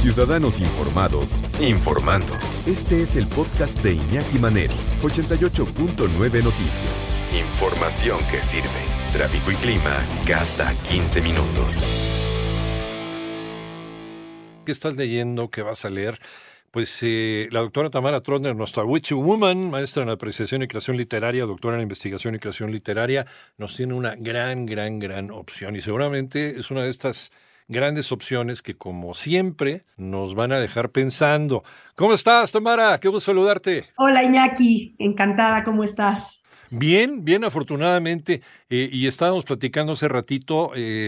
Ciudadanos informados, informando. Este es el podcast de Iñaki Manero, 88.9 Noticias. Información que sirve. Tráfico y clima cada 15 minutos. ¿Qué estás leyendo? ¿Qué vas a leer? Pues la doctora Tamara Trotner, nuestra Witchy Woman, maestra en apreciación y creación literaria, doctora en investigación y creación literaria, nos tiene una gran opción. Y seguramente es una de estas grandes opciones que, como siempre, nos van a dejar pensando. ¿Cómo estás, Tamara? Qué gusto saludarte. Hola, Iñaki. Encantada. ¿Cómo estás? Bien, afortunadamente. Y estábamos platicando hace ratito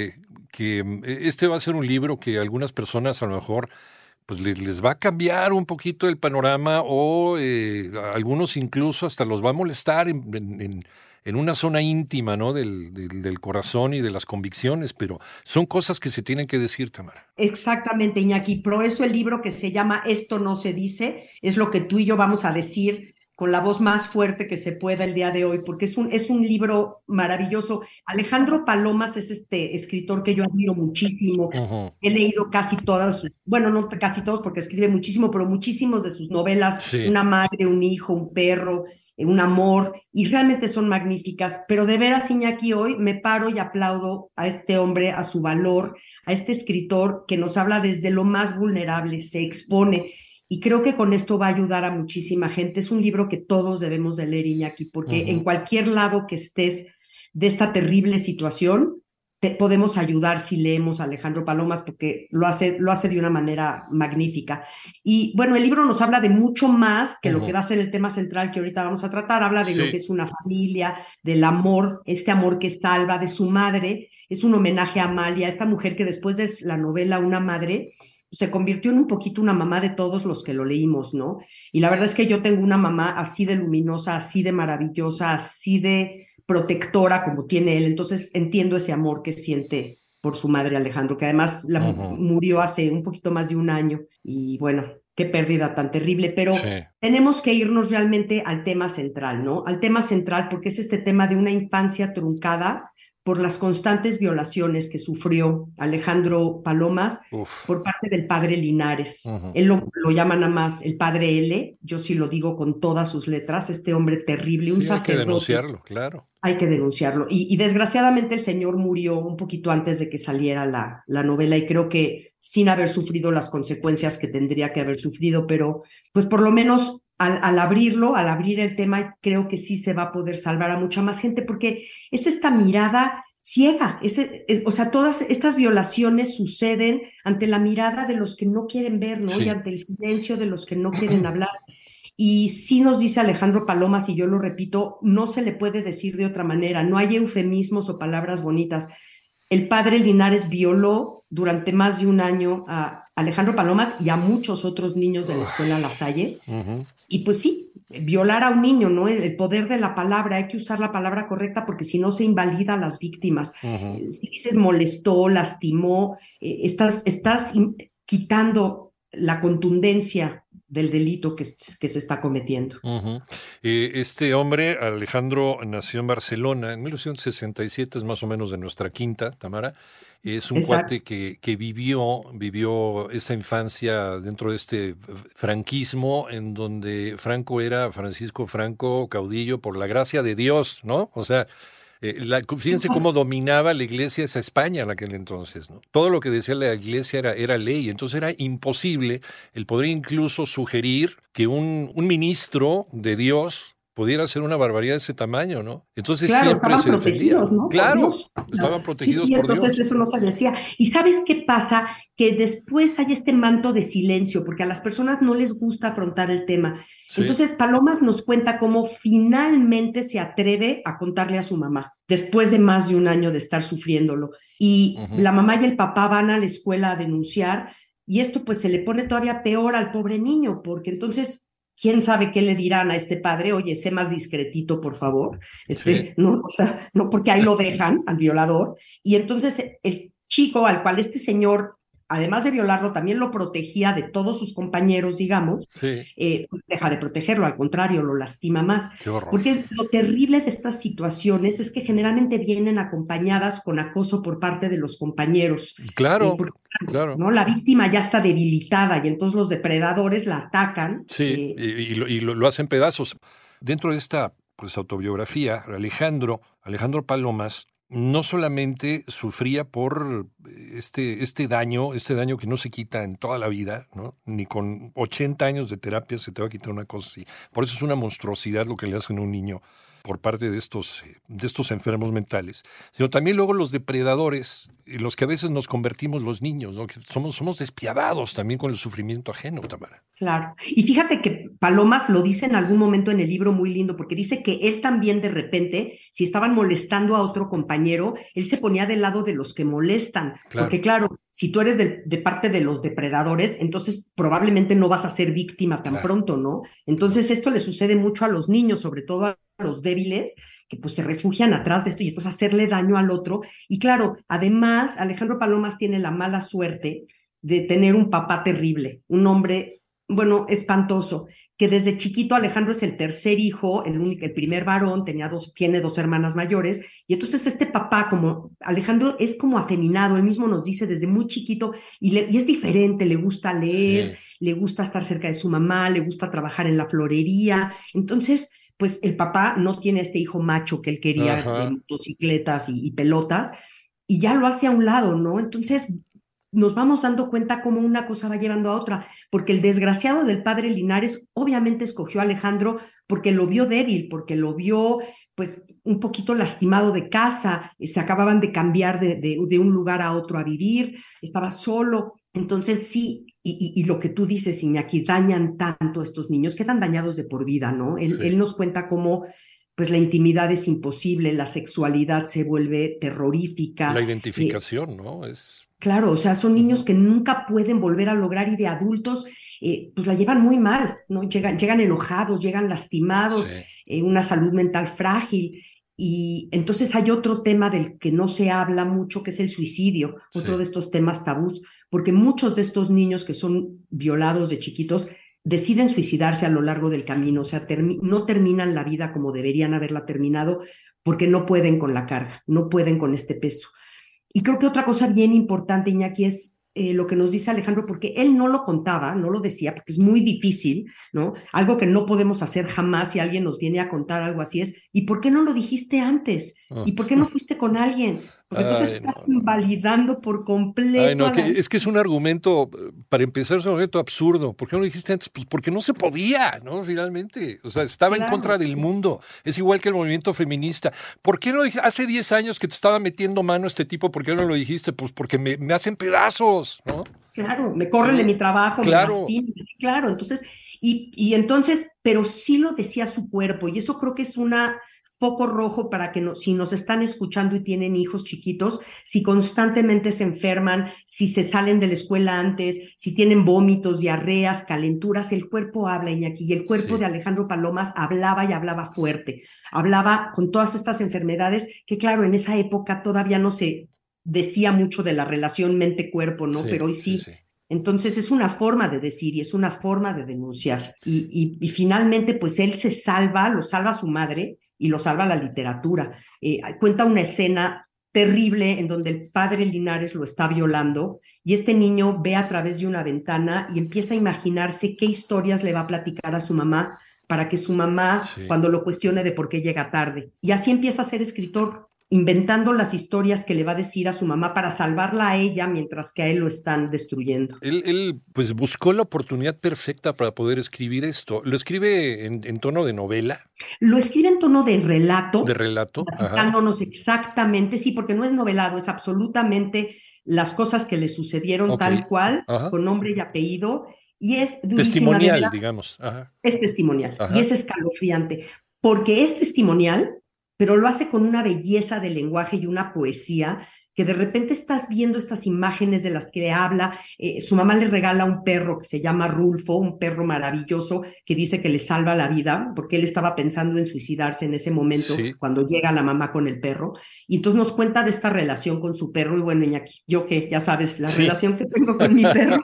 que este va a ser un libro que algunas personas a lo mejor pues les va a cambiar un poquito el panorama o a algunos incluso hasta los va a molestar en una zona íntima, ¿no? del corazón y de las convicciones, pero son cosas que se tienen que decir, Tamara. Exactamente, Iñaki. Por eso el libro que se llama Esto no se dice es lo que tú y yo vamos a decir con la voz más fuerte que se pueda el día de hoy, porque es un libro maravilloso. Alejandro Palomas es este escritor que yo admiro muchísimo. Uh-huh. He leído casi todas sus, bueno, no casi todos porque escribe muchísimo, pero muchísimos de sus novelas, Sí. Una madre, un hijo, un perro, un amor, y realmente son magníficas. Pero de veras, Iñaki, hoy me paro y aplaudo a este hombre, a su valor, a este escritor que nos habla desde lo más vulnerable, se expone. Y creo que con esto va a ayudar a muchísima gente. Es un libro que todos debemos de leer, Iñaki, porque Uh-huh. en cualquier lado que estés de esta terrible situación, te podemos ayudar si leemos a Alejandro Palomas, porque lo hace de una manera magnífica. Y bueno, el libro nos habla de mucho más que Uh-huh. lo que va a ser el tema central que ahorita vamos a tratar. Habla de Sí. lo que es una familia, del amor, este amor que salva, de su madre. Es un homenaje a Amalia, esta mujer que después de la novela Una madre se convirtió en un poquito una mamá de todos los que lo leímos, ¿no? Y la verdad es que yo tengo una mamá así de luminosa, así de maravillosa, así de protectora como tiene él, entonces entiendo ese amor que siente por su madre Alejandro, que además Uh-huh. murió hace un poquito más de un año, y bueno, qué pérdida tan terrible, pero Sí. tenemos que irnos realmente al tema central, ¿no? Al tema central, porque es este tema de una infancia truncada por las constantes violaciones que sufrió Alejandro Palomas Uf. por parte del padre Linares. Uh-huh. Él lo llama nada más el padre L, yo sí lo digo con todas sus letras, este hombre terrible, un Sí, hay que sacerdote. denunciarlo, claro. Hay que denunciarlo. Y desgraciadamente el señor murió un poquito antes de que saliera la novela, y creo que sin haber sufrido las consecuencias que tendría que haber sufrido, pero pues por lo menos al abrir el tema, creo que sí se va a poder salvar a mucha más gente, porque es esta mirada ciega, o sea, todas estas violaciones suceden ante la mirada de los que no quieren ver, ¿no? Sí. Y ante el silencio de los que no quieren hablar. Y sí nos dice Alejandro Palomas, y yo lo repito, no se le puede decir de otra manera, no hay eufemismos o palabras bonitas. El padre Linares violó durante más de un año a Alejandro Palomas y a muchos otros niños de la escuela La Salle. Uh-huh. Y pues sí, violar a un niño, ¿no? El poder de la palabra, hay que usar la palabra correcta porque si no se invalida a las víctimas. Uh-huh. Si dices molestó, lastimó, estás quitando la contundencia del delito que se está cometiendo. Uh-huh. Este hombre, Alejandro, nació en Barcelona en 1967, es más o menos de nuestra quinta, Tamara. Es un Exacto. cuate que vivió esa infancia dentro de este franquismo, en donde Francisco Franco, caudillo por la gracia de Dios, ¿no? O sea, fíjense cómo dominaba la iglesia esa España en aquel entonces, ¿no? Todo lo que decía la iglesia era ley, entonces era imposible. Él podría incluso sugerir que un ministro de Dios pudiera hacer una barbaridad de ese tamaño, ¿no? Entonces claro, siempre estaban se defendía. protegidos, ¿no? Claro, Por Dios. estaban protegidos Sí, por entonces Dios. eso no se decía. ¿Y sabes qué pasa? Que después hay este manto de silencio, porque a las personas no les gusta afrontar el tema. Sí. Entonces Palomas nos cuenta cómo finalmente se atreve a contarle a su mamá, después de más de un año de estar sufriéndolo. Y Uh-huh. la mamá y el papá van a la escuela a denunciar, y esto pues se le pone todavía peor al pobre niño, porque entonces quién sabe qué le dirán a este padre, oye, sé más discretito, por favor, Sí. ¿no? O sea, no, porque ahí lo dejan al violador, y entonces el chico al cual este señor, además de violarlo, también lo protegía de todos sus compañeros, digamos, Sí. pues deja de protegerlo, al contrario, lo lastima más. Qué horror. Porque lo terrible de estas situaciones es que generalmente vienen acompañadas con acoso por parte de los compañeros. Claro. Porque claro. ¿no? La víctima ya está debilitada y entonces los depredadores la atacan. Sí, y lo hacen pedazos. Dentro de esta pues, autobiografía, Alejandro Palomas no solamente sufría por este daño que no se quita en toda la vida, ¿no? Ni con 80 años de terapia se te va a quitar una cosa así. Por eso es una monstruosidad lo que le hacen a un niño por parte de estos enfermos mentales, sino también luego los depredadores, y los que a veces nos convertimos los niños, ¿no? Que somos despiadados también con el sufrimiento ajeno, Tamara. Claro. Y fíjate que Palomas lo dice en algún momento en el libro muy lindo, porque dice que él también de repente, si estaban molestando a otro compañero, él se ponía del lado de los que molestan. Claro. Porque claro, si tú eres de parte de los depredadores, entonces probablemente no vas a ser víctima tan pronto, ¿no? Entonces esto le sucede mucho a los niños, sobre todo a los débiles, que pues se refugian atrás de esto y entonces hacerle daño al otro. Y claro, además, Alejandro Palomas tiene la mala suerte de tener un papá terrible, un hombre, bueno, espantoso, que desde chiquito Alejandro es el tercer hijo, el primer varón, tiene dos hermanas mayores, y entonces este papá, como Alejandro es como afeminado, él mismo nos dice desde muy chiquito, y es diferente, le gusta leer, le gusta estar cerca de su mamá, le gusta trabajar en la florería, entonces pues el papá no tiene este hijo macho que él quería, de motocicletas y pelotas, y ya lo hace a un lado, ¿no? Entonces nos vamos dando cuenta cómo una cosa va llevando a otra, porque el desgraciado del padre Linares obviamente escogió a Alejandro porque lo vio débil, porque lo vio pues un poquito lastimado de casa, se acababan de cambiar de un lugar a otro a vivir, estaba solo, entonces sí, y lo que tú dices, Iñaki, dañan tanto a estos niños, quedan dañados de por vida, ¿no? Él nos cuenta cómo pues la intimidad es imposible, la sexualidad se vuelve terrorífica. La identificación, ¿no? Claro, o sea, son niños que nunca pueden volver a lograr y de adultos pues la llevan muy mal, ¿no? Llegan enojados, llegan lastimados, una salud mental frágil. Y entonces hay otro tema del que no se habla mucho, que es el suicidio, otro de estos temas tabús, porque muchos de estos niños que son violados de chiquitos deciden suicidarse a lo largo del camino, o sea, no terminan la vida como deberían haberla terminado porque no pueden con la carga, no pueden con este peso. Y creo que otra cosa bien importante, Iñaki, es lo que nos dice Alejandro, porque él no lo contaba, no lo decía, porque es muy difícil, ¿no? Algo que no podemos hacer jamás si alguien nos viene a contar algo así es, ¿y por qué no lo dijiste antes? ¿Y por qué no fuiste con alguien? Porque entonces estás invalidando por completo. Es que es un argumento, para empezar, es un argumento absurdo. ¿Por qué no lo dijiste antes? Pues porque no se podía, ¿no? Finalmente. O sea, estaba en contra del mundo. Es igual que el movimiento feminista. ¿Por qué no dijiste? Hace 10 años que te estaba metiendo mano este tipo, ¿por qué no lo dijiste? Pues porque me hacen pedazos, ¿no? Claro, me corren de mi trabajo, me lastiman, sí, claro. Entonces, y entonces, pero sí lo decía su cuerpo, y eso creo que es una foco rojo para que si nos están escuchando y tienen hijos chiquitos, si constantemente se enferman, si se salen de la escuela antes, si tienen vómitos, diarreas, calenturas, el cuerpo habla, Iñaki, y el cuerpo de Alejandro Palomas hablaba y hablaba fuerte, hablaba con todas estas enfermedades que claro, en esa época todavía no se decía mucho de la relación mente-cuerpo, ¿no? Pero hoy sí. Entonces es una forma de decir y es una forma de denunciar. Y finalmente, pues él lo salva a su madre y lo salva la literatura. Cuenta una escena terrible en donde el padre Linares lo está violando y este niño ve a través de una ventana y empieza a imaginarse qué historias le va a platicar a su mamá para que su mamá, cuando lo cuestione de por qué llega tarde. Y así empieza a ser escritor, inventando las historias que le va a decir a su mamá para salvarla a ella mientras que a él lo están destruyendo. Él pues buscó la oportunidad perfecta para poder escribir esto. ¿Lo escribe en tono de novela? Lo escribe en tono de relato. ¿De relato? Platicándonos exactamente, sí, porque no es novelado, es absolutamente las cosas que le sucedieron tal cual, con nombre y apellido, y es durísima. Testimonial, digamos. Es testimonial, y es escalofriante, porque es testimonial, pero lo hace con una belleza de lenguaje y una poesía que de repente estás viendo estas imágenes de las que habla. Su mamá le regala un perro que se llama Rulfo, un perro maravilloso que dice que le salva la vida, porque él estaba pensando en suicidarse en ese momento, cuando llega la mamá con el perro, y entonces nos cuenta de esta relación con su perro, y bueno, Iñaki, yo que ya sabes, la relación que tengo con mi perro,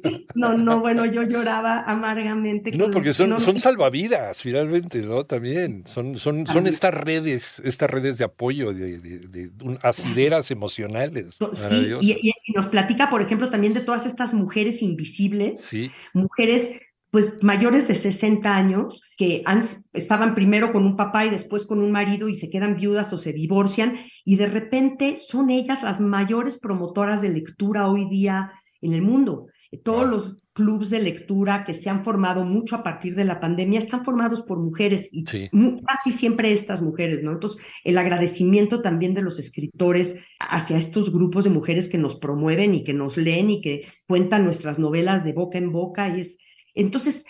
bueno, yo lloraba amargamente. No, porque son salvavidas, finalmente, ¿no? También, son estas redes de apoyo, de asideras emocionales excepcionales. Sí, y nos platica, por ejemplo, también de todas estas mujeres invisibles, Sí, mujeres pues mayores de 60 años que estaban primero con un papá y después con un marido y se quedan viudas o se divorcian y de repente son ellas las mayores promotoras de lectura hoy día en el mundo. Todos los clubs de lectura que se han formado mucho a partir de la pandemia están formados por mujeres y sí. casi siempre estas mujeres, ¿no? Entonces, el agradecimiento también de los escritores hacia estos grupos de mujeres que nos promueven y que nos leen y que cuentan nuestras novelas de boca en boca y es... Entonces,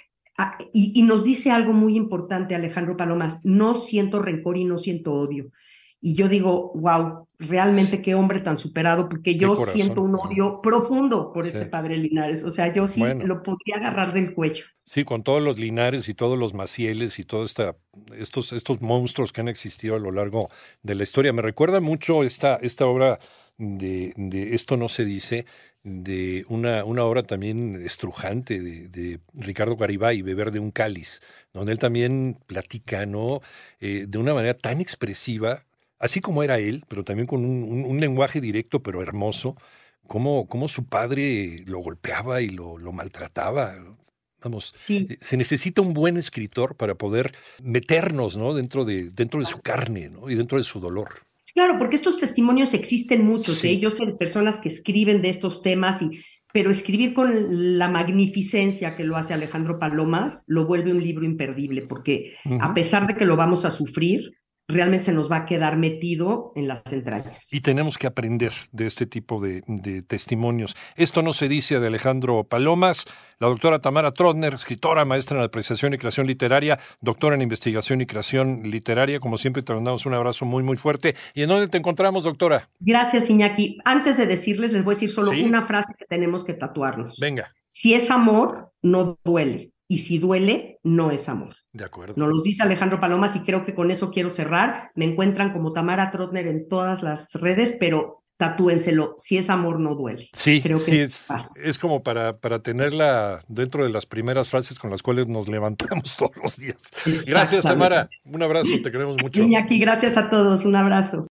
y nos dice algo muy importante Alejandro Palomas, no siento rencor y no siento odio. Y yo digo, wow, realmente qué hombre tan superado, porque yo siento un odio profundo por este padre Linares. O sea, yo sí lo podría agarrar del cuello. Sí, con todos los Linares y todos los Macieles y todos estos monstruos que han existido a lo largo de la historia. Me recuerda mucho esta obra de Esto no se dice, de una obra también estrujante de Ricardo Garibay, Beber de un cáliz, donde él también platica, ¿no? De una manera tan expresiva, así como era él, pero también con un lenguaje directo pero hermoso, cómo su padre lo golpeaba y lo maltrataba. Vamos, sí. Se necesita un buen escritor para poder meternos, ¿no? dentro de su carne, ¿no? Y dentro de su dolor. Claro, porque estos testimonios existen muchos, Sí. Yo sé de personas que escriben de estos temas, pero escribir con la magnificencia que lo hace Alejandro Palomas lo vuelve un libro imperdible, porque a pesar de que lo vamos a sufrir, realmente se nos va a quedar metido en las entrañas. Y tenemos que aprender de este tipo de testimonios. Esto no se dice de Alejandro Palomas. La doctora Tamara Trotner, escritora, maestra en apreciación y creación literaria, doctora en investigación y creación literaria. Como siempre, te mandamos un abrazo muy, muy fuerte. ¿Y en dónde te encontramos, doctora? Gracias, Iñaki. Antes de decirles, les voy a decir solo una frase que tenemos que tatuarnos. Venga. Si es amor, no duele. Y si duele, no es amor. De acuerdo. Nos lo dice Alejandro Palomas y creo que con eso quiero cerrar. Me encuentran como Tamara Trotner en todas las redes, pero tatúenselo. Si es amor, no duele. Sí, creo que es como para tenerla dentro de las primeras frases con las cuales nos levantamos todos los días. Gracias, Tamara. Un abrazo, te queremos mucho. Iñaki, gracias a todos. Un abrazo.